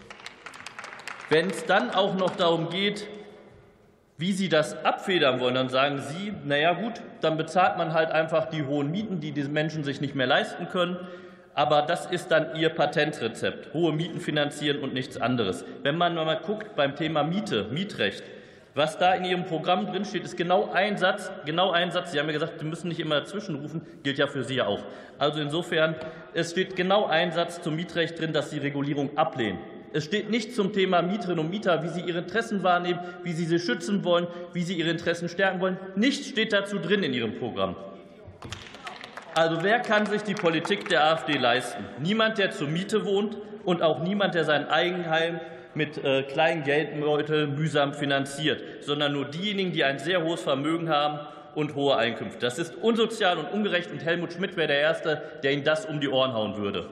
dann auch noch darum geht, wie Sie das abfedern wollen, dann sagen Sie, na ja gut, dann bezahlt man halt einfach die hohen Mieten, die diese Menschen sich nicht mehr leisten können. Aber das ist dann Ihr Patentrezept, hohe Mieten finanzieren und nichts anderes. Wenn man mal guckt beim Thema Miete, Mietrecht, was da in Ihrem Programm drinsteht, ist genau ein Satz, genau ein Satz. Sie haben ja gesagt, Sie müssen nicht immer dazwischenrufen, gilt ja für Sie ja auch. Also insofern, es steht genau ein Satz zum Mietrecht drin, dass Sie Regulierung ablehnen. Es steht nicht zum Thema Mieterinnen und Mieter, wie sie ihre Interessen wahrnehmen, wie sie sie schützen wollen, wie sie ihre Interessen stärken wollen. Nichts steht dazu drin in Ihrem Programm. Also wer kann sich die Politik der AfD leisten? Niemand, der zur Miete wohnt und auch niemand, der sein Eigenheim mit äh, kleinen Geldbeuteln mühsam finanziert, sondern nur diejenigen, die ein sehr hohes Vermögen haben und hohe Einkünfte. Das ist unsozial und ungerecht, und Helmut Schmidt wäre der Erste, der Ihnen das um die Ohren hauen würde.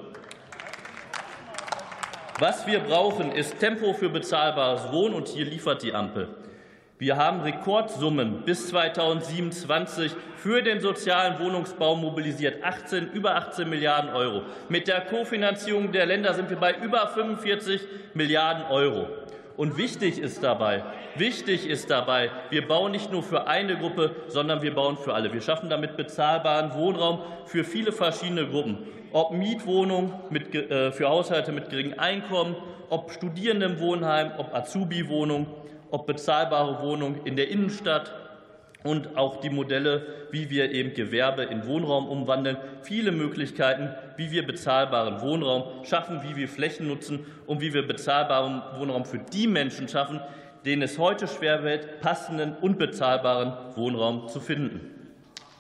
Was wir brauchen, ist Tempo für bezahlbares Wohnen, und hier liefert die Ampel. Wir haben Rekordsummen bis zweitausendsiebenundzwanzig für den sozialen Wohnungsbau mobilisiert, achtzehn, über achtzehn Milliarden Euro. Mit der Kofinanzierung der Länder sind wir bei über fünfundvierzig Milliarden Euro. Und wichtig ist dabei, wichtig ist dabei, wir bauen nicht nur für eine Gruppe, sondern wir bauen für alle. Wir schaffen damit bezahlbaren Wohnraum für viele verschiedene Gruppen. Ob Mietwohnungen mit, äh, für Haushalte mit geringem Einkommen, ob Studierende im Wohnheim, ob Azubi-Wohnungen, ob bezahlbare Wohnungen in der Innenstadt und auch die Modelle, wie wir eben Gewerbe in Wohnraum umwandeln. Viele Möglichkeiten, wie wir bezahlbaren Wohnraum schaffen, wie wir Flächen nutzen und wie wir bezahlbaren Wohnraum für die Menschen schaffen, denen es heute schwerfällt, passenden und bezahlbaren Wohnraum zu finden.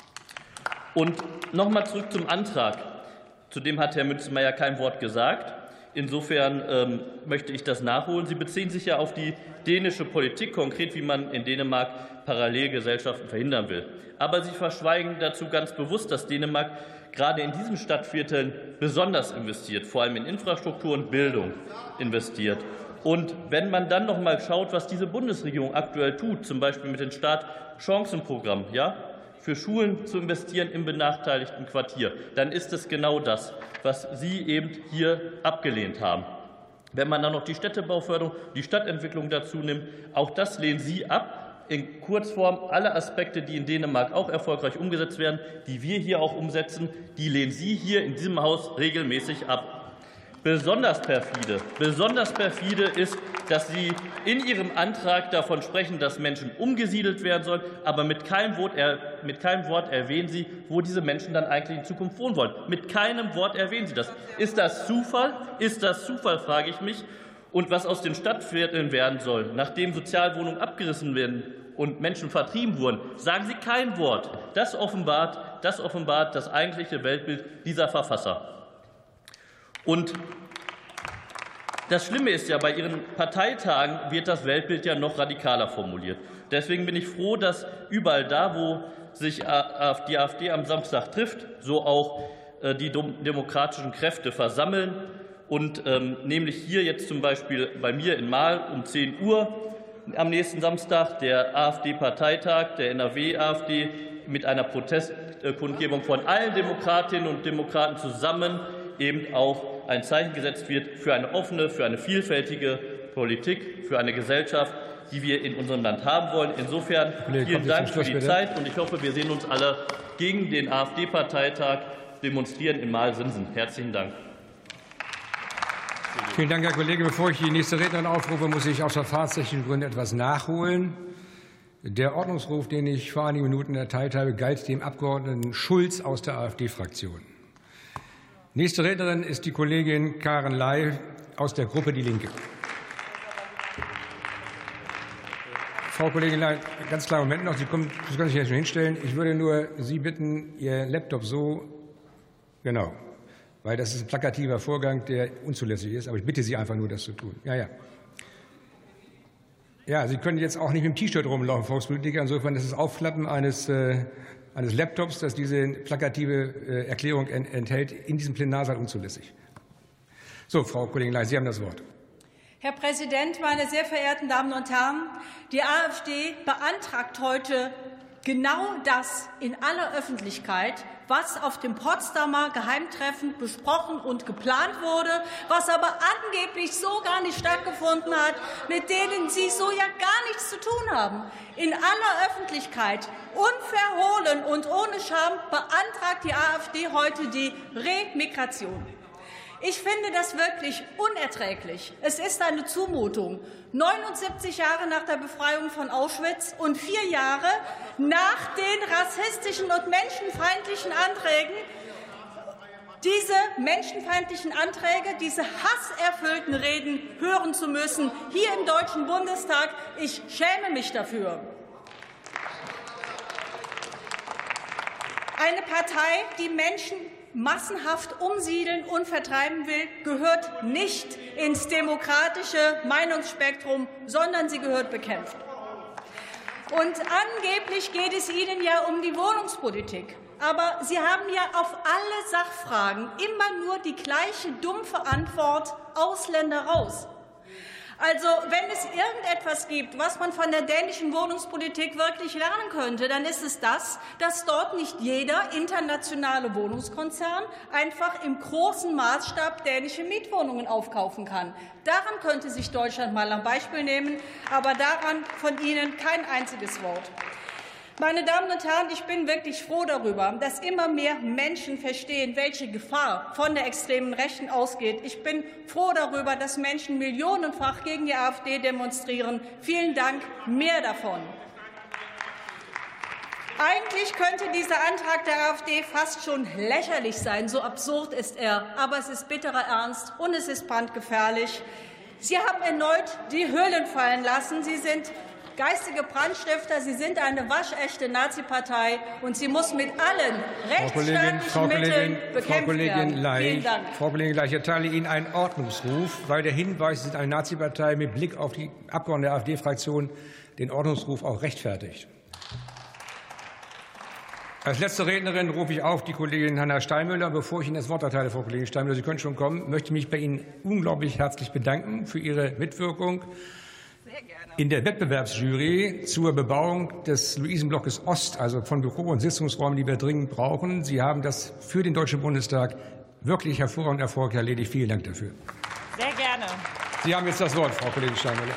Und noch mal zurück zum Antrag. Zudem hat Herr Münzenmaier kein Wort gesagt. Insofern ähm, möchte ich das nachholen. Sie beziehen sich ja auf die dänische Politik, konkret wie man in Dänemark Parallelgesellschaften verhindern will. Aber Sie verschweigen dazu ganz bewusst, dass Dänemark gerade in diesen Stadtvierteln besonders investiert, vor allem in Infrastruktur und Bildung investiert. Und wenn man dann noch mal schaut, was diese Bundesregierung aktuell tut, zum Beispiel mit dem Startchancenprogramm, ja, für Schulen zu investieren im benachteiligten Quartier, dann ist es genau das, was Sie eben hier abgelehnt haben. Wenn man dann noch die Städtebauförderung, die Stadtentwicklung dazu nimmt, auch das lehnen Sie ab. In Kurzform alle Aspekte, die in Dänemark auch erfolgreich umgesetzt werden, die wir hier auch umsetzen, die lehnen Sie hier in diesem Haus regelmäßig ab. Besonders perfide, besonders perfide ist, dass Sie in Ihrem Antrag davon sprechen, dass Menschen umgesiedelt werden sollen, aber mit keinem Wort, mit keinem Wort erwähnen Sie, wo diese Menschen dann eigentlich in Zukunft wohnen wollen. Mit keinem Wort erwähnen Sie das. Ist das Zufall? Ist das Zufall, frage ich mich. Und was aus den Stadtvierteln werden soll, nachdem Sozialwohnungen abgerissen werden und Menschen vertrieben wurden, sagen Sie kein Wort. Das offenbart, das offenbart das eigentliche Weltbild dieser Verfasser. Und das Schlimme ist ja, bei Ihren Parteitagen wird das Weltbild ja noch radikaler formuliert. Deswegen bin ich froh, dass überall da, wo sich die AfD am Samstag trifft, so auch die demokratischen Kräfte versammeln. Und ähm, nämlich hier jetzt zum Beispiel bei mir in Mahl um zehn Uhr am nächsten Samstag der AfD-Parteitag, der N R W-AfD, mit einer Protestkundgebung von allen Demokratinnen und Demokraten zusammen eben auch ein Zeichen gesetzt wird für eine offene, für eine vielfältige Politik, für eine Gesellschaft, die wir in unserem Land haben wollen. Insofern vielen Dank für die Zeit, und ich hoffe, wir sehen uns alle gegen den AfD-Parteitag demonstrieren in Marl-Sinsen. Herzlichen Dank. Vielen Dank, Herr Kollege. Bevor ich die nächste Rednerin aufrufe, muss ich aus verfahrenstechnischen Gründen etwas nachholen. Der Ordnungsruf, den ich vor einigen Minuten erteilt habe, galt dem Abgeordneten Schulz aus der AfD-Fraktion. Nächste Rednerin ist die Kollegin Karen Ley aus der Gruppe Die Linke. Frau Kollegin Ley, ganz kleinen Moment noch. Sie können, Sie können sich ja schon hinstellen. Ich würde nur Sie bitten, Ihr Laptop so, genau, weil das ist ein plakativer Vorgang, der unzulässig ist. Aber ich bitte Sie einfach nur, das zu tun. Ja, ja. Ja, Sie können jetzt auch nicht mit dem T-Shirt rumlaufen, Volkspolitiker. Insofern ist das Aufklappen eines, äh, eines Laptops, das diese plakative äh, Erklärung ent enthält, in diesem Plenarsaal unzulässig. So, Frau Kollegin Ley, Sie haben das Wort. Herr Präsident, meine sehr verehrten Damen und Herren! Die AfD beantragt heute genau das in aller Öffentlichkeit, was auf dem Potsdamer Geheimtreffen besprochen und geplant wurde, was aber angeblich so gar nicht stattgefunden hat, mit denen Sie so ja gar nichts zu tun haben. In aller Öffentlichkeit, unverhohlen und ohne Scham beantragt die AfD heute die Remigration. Ich finde das wirklich unerträglich. Es ist eine Zumutung. neunundsiebzig Jahre nach der Befreiung von Auschwitz und vier Jahre nach den rassistischen und menschenfeindlichen Anträgen, diese menschenfeindlichen Anträge, diese hasserfüllten Reden hören zu müssen, hier im Deutschen Bundestag. Ich schäme mich dafür. Eine Partei, die Menschen massenhaft umsiedeln und vertreiben will, gehört nicht ins demokratische Meinungsspektrum, sondern sie gehört bekämpft. Und angeblich geht es Ihnen ja um die Wohnungspolitik. Aber Sie haben ja auf alle Sachfragen immer nur die gleiche dumpfe Antwort: Ausländer raus. Also, wenn es irgendetwas gibt, was man von der dänischen Wohnungspolitik wirklich lernen könnte, dann ist es das, dass dort nicht jeder internationale Wohnungskonzern einfach im großen Maßstab dänische Mietwohnungen aufkaufen kann. Daran könnte sich Deutschland mal ein Beispiel nehmen, aber daran von Ihnen kein einziges Wort. Meine Damen und Herren, ich bin wirklich froh darüber, dass immer mehr Menschen verstehen, welche Gefahr von der extremen Rechten ausgeht. Ich bin froh darüber, dass Menschen millionenfach gegen die AfD demonstrieren. Vielen Dank, mehr davon. Eigentlich könnte dieser Antrag der AfD fast schon lächerlich sein, so absurd ist er. Aber es ist bitterer Ernst und es ist brandgefährlich. Sie haben erneut die Hüllen fallen lassen. Sie sind geistige Brandstifter. Sie sind eine waschechte Nazi-Partei, und sie muss mit allen rechtsstaatlichen Mitteln bekämpft werden. Vielen Dank. Frau Kollegin Ley, ich erteile Ihnen einen Ordnungsruf, weil der Hinweis, Sie sind eine Nazi-Partei, mit Blick auf die Abgeordneten der AfD-Fraktion den Ordnungsruf auch rechtfertigt. Als letzte Rednerin rufe ich auf die Kollegin Hanna Steinmüller. Bevor ich Ihnen das Wort erteile, Frau Kollegin Steinmüller, Sie können schon kommen, möchte ich mich bei Ihnen unglaublich herzlich bedanken für Ihre Mitwirkung in der Wettbewerbsjury zur Bebauung des Luisenblockes Ost, also von Büro- und Sitzungsräumen, die wir dringend brauchen. Sie haben das für den Deutschen Bundestag wirklich hervorragend erfolgreich erledigt. Vielen Dank dafür. Sehr gerne. Sie haben jetzt das Wort, Frau Kollegin Steinmüller.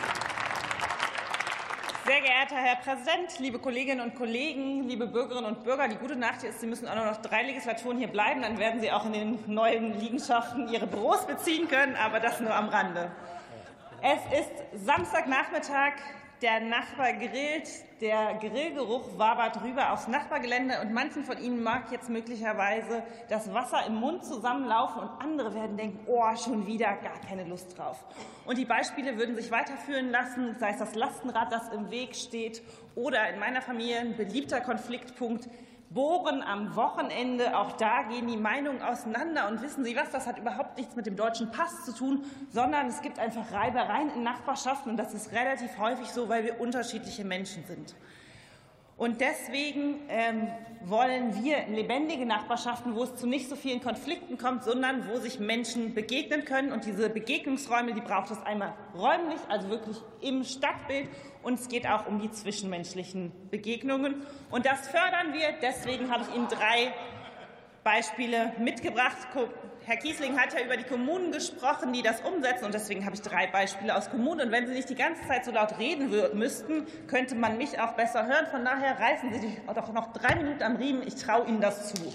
Sehr geehrter Herr Präsident, liebe Kolleginnen und Kollegen, liebe Bürgerinnen und Bürger! Die gute Nachricht ist, Sie müssen auch noch drei Legislaturen hier bleiben. Dann werden Sie auch in den neuen Liegenschaften Ihre Büros beziehen können, aber das nur am Rande. Es ist Samstagnachmittag, der Nachbar grillt, der Grillgeruch wabert rüber aufs Nachbargelände, und manchen von Ihnen mag jetzt möglicherweise das Wasser im Mund zusammenlaufen, und andere werden denken, oh, schon wieder, gar keine Lust drauf. Und die Beispiele würden sich weiterführen lassen, sei es das Lastenrad, das im Weg steht, oder in meiner Familie ein beliebter Konfliktpunkt, Bohren am Wochenende. Auch da gehen die Meinungen auseinander. Und wissen Sie was, das hat überhaupt nichts mit dem deutschen Pass zu tun, sondern es gibt einfach Reibereien in Nachbarschaften. Und das ist relativ häufig so, weil wir unterschiedliche Menschen sind. Und deswegen ähm, wollen wir lebendige Nachbarschaften, wo es zu nicht so vielen Konflikten kommt, sondern wo sich Menschen begegnen können. Und diese Begegnungsräume, die braucht es einmal räumlich, also wirklich im Stadtbild. Und es geht auch um die zwischenmenschlichen Begegnungen. Und das fördern wir. Deswegen habe ich Ihnen drei Beispiele mitgebracht. Herr Kiesling hat ja über die Kommunen gesprochen, die das umsetzen. Und deswegen habe ich drei Beispiele aus Kommunen. Und wenn Sie nicht die ganze Zeit so laut reden müssten, könnte man mich auch besser hören. Von daher reißen Sie sich doch noch drei Minuten am Riemen. Ich traue Ihnen das zu.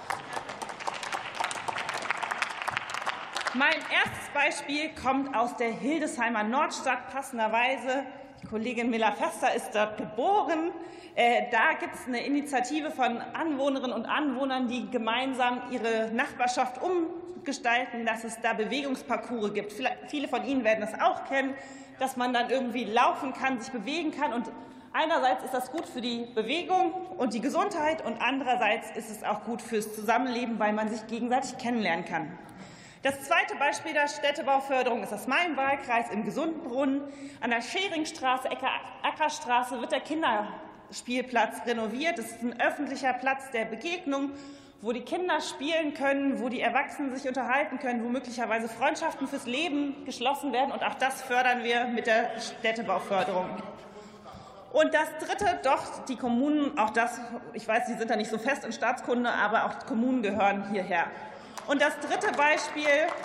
Mein erstes Beispiel kommt aus der Hildesheimer Nordstadt, passenderweise. Die Kollegin Müller-Fester ist dort geboren. Äh, da gibt es eine Initiative von Anwohnerinnen und Anwohnern, die gemeinsam ihre Nachbarschaft umgestalten, dass es da Bewegungsparcours gibt. Viele von Ihnen werden das auch kennen, dass man dann irgendwie laufen kann, sich bewegen kann. Und einerseits ist das gut für die Bewegung und die Gesundheit und andererseits ist es auch gut fürs Zusammenleben, weil man sich gegenseitig kennenlernen kann. Das zweite Beispiel der Städtebauförderung ist aus meinem Wahlkreis im Gesundenbrunnen. An der Scheringstraße, Ecke Ackerstraße wird der Kinderspielplatz renoviert. Es ist ein öffentlicher Platz der Begegnung, wo die Kinder spielen können, wo die Erwachsenen sich unterhalten können, wo möglicherweise Freundschaften fürs Leben geschlossen werden. Und auch das fördern wir mit der Städtebauförderung. Und das Dritte, doch, die Kommunen, auch das, ich weiß, Sie sind da nicht so fest in Staatskunde, aber auch die Kommunen gehören hierher. Und das dritte Beispiel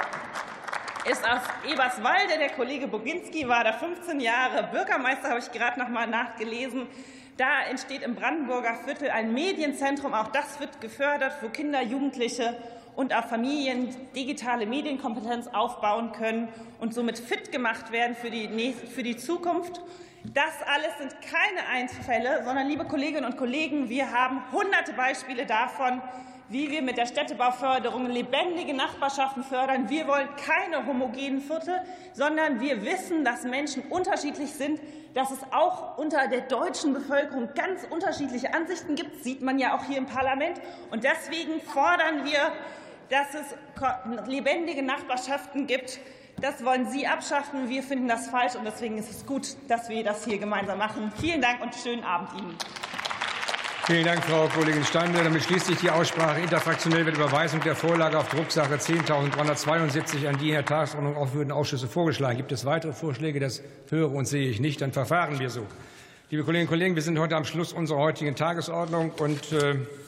ist aus Eberswalde. Der Kollege Boginski war da fünfzehn Jahre Bürgermeister, habe ich gerade noch mal nachgelesen. Da entsteht im Brandenburger Viertel ein Medienzentrum. Auch das wird gefördert, wo Kinder, Jugendliche und auch Familien digitale Medienkompetenz aufbauen können und somit fit gemacht werden für die, für die Zukunft. Das alles sind keine Einzelfälle, sondern, liebe Kolleginnen und Kollegen, wir haben hunderte Beispiele davon, wie wir mit der Städtebauförderung lebendige Nachbarschaften fördern. Wir wollen keine homogenen Viertel, sondern wir wissen, dass Menschen unterschiedlich sind, dass es auch unter der deutschen Bevölkerung ganz unterschiedliche Ansichten gibt, sieht man ja auch hier im Parlament. Und deswegen fordern wir, dass es lebendige Nachbarschaften gibt. Das wollen Sie abschaffen. Wir finden das falsch, und deswegen ist es gut, dass wir das hier gemeinsam machen. Vielen Dank und schönen Abend Ihnen. Vielen Dank, Frau Kollegin Stande. Damit schließt sich die Aussprache. Interfraktionell wird Überweisung der Vorlage auf Drucksache zehntausenddreihundertzweiundsiebzig an die in der Tagesordnung aufgeführten Ausschüsse vorgeschlagen. Gibt es weitere Vorschläge? Das höre und sehe ich nicht. Dann verfahren wir so. Liebe Kolleginnen und Kollegen, wir sind heute am Schluss unserer heutigen Tagesordnung und äh,